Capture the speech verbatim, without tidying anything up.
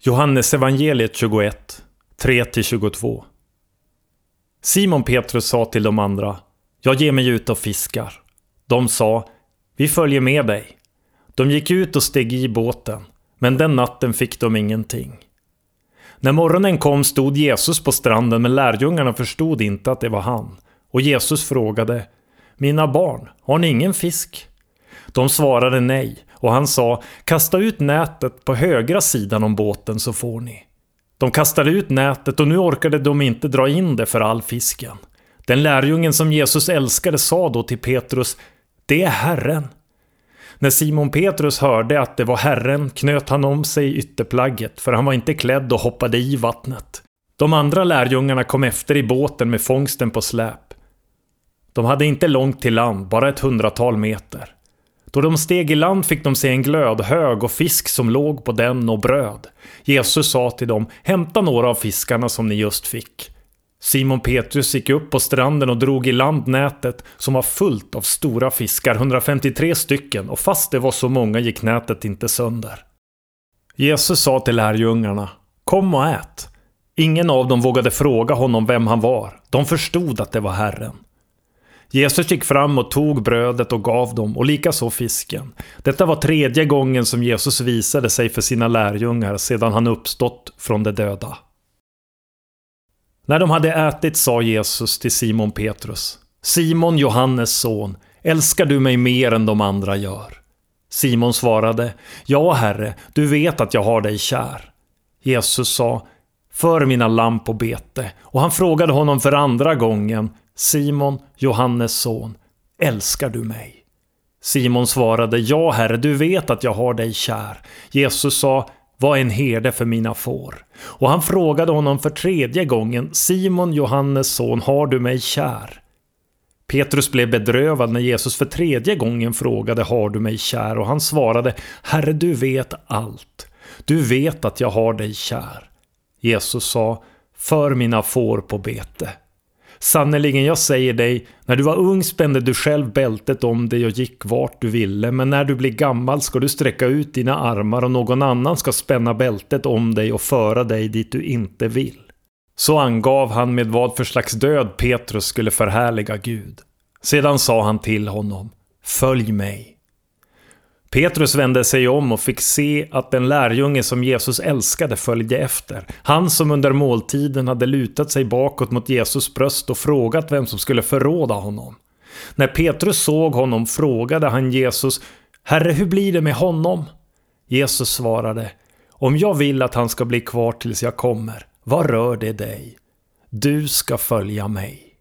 Johannes evangeliet tjugoett, tre till tjugotvå. Simon Petrus sa till de andra: Jag ger mig ut och fiskar. De sa: Vi följer med dig. De gick ut och steg i båten, men den natten fick de ingenting. När morgonen kom stod Jesus på stranden, men lärjungarna förstod inte att det var han. Och Jesus frågade: Mina barn, har ni ingen fisk? De svarade nej, och han sa: Kasta ut nätet på högra sidan om båten så får ni. De kastade ut nätet och nu orkade de inte dra in det för all fisken. Den lärjungen som Jesus älskade sa då till Petrus: Det är Herren. När Simon Petrus hörde att det var Herren knöt han om sig ytterplagget, för han var inte klädd och hoppade i vattnet. De andra lärjungarna kom efter i båten med fångsten på släp. De hade inte långt till land, bara ett hundratal meter. Då de steg i land fick de se en glödhög och fisk som låg på den och bröd. Jesus sa till dem: Hämta några av fiskarna som ni just fick. Simon Petrus gick upp på stranden och drog i land nätet som var fullt av stora fiskar, hundrafemtiotre stycken, och fast det var så många gick nätet inte sönder. Jesus sa till lärjungarna: Kom och ät. Ingen av dem vågade fråga honom vem han var. De förstod att det var Herren. Jesus gick fram och tog brödet och gav dem, och likaså fisken. Detta var tredje gången som Jesus visade sig för sina lärjungar sedan han uppstått från de döda. När de hade ätit sa Jesus till Simon Petrus: Simon, Johannes son, älskar du mig mer än de andra gör? Simon svarade: Ja, Herre, du vet att jag har dig kär. Jesus sa: För mina lamm på bete. Och han frågade honom för andra gången: Simon, Johannes son, älskar du mig? Simon svarade: Ja, Herre, du vet att jag har dig kär. Jesus sa: Var en herde för mina får. Och han frågade honom för tredje gången: Simon, Johannes son, har du mig kär? Petrus blev bedrövad när Jesus för tredje gången frågade: Har du mig kär? Och han svarade: Herre, du vet allt. Du vet att jag har dig kär. Jesus sa: För mina får på bete. Sannoliken, jag säger dig, när du var ung spände du själv bältet om dig och gick vart du ville, men när du blir gammal ska du sträcka ut dina armar och någon annan ska spänna bältet om dig och föra dig dit du inte vill. Så angav han med vad för slags död Petrus skulle förhärliga Gud. Sedan sa han till honom: Följ mig. Petrus vände sig om och fick se att den lärjunge som Jesus älskade följde efter. Han som under måltiden hade lutat sig bakåt mot Jesus bröst och frågat vem som skulle förråda honom. När Petrus såg honom frågade han Jesus: Herre, hur blir det med honom? Jesus svarade: Om jag vill att han ska bli kvar tills jag kommer, vad rör det dig? Du ska följa mig.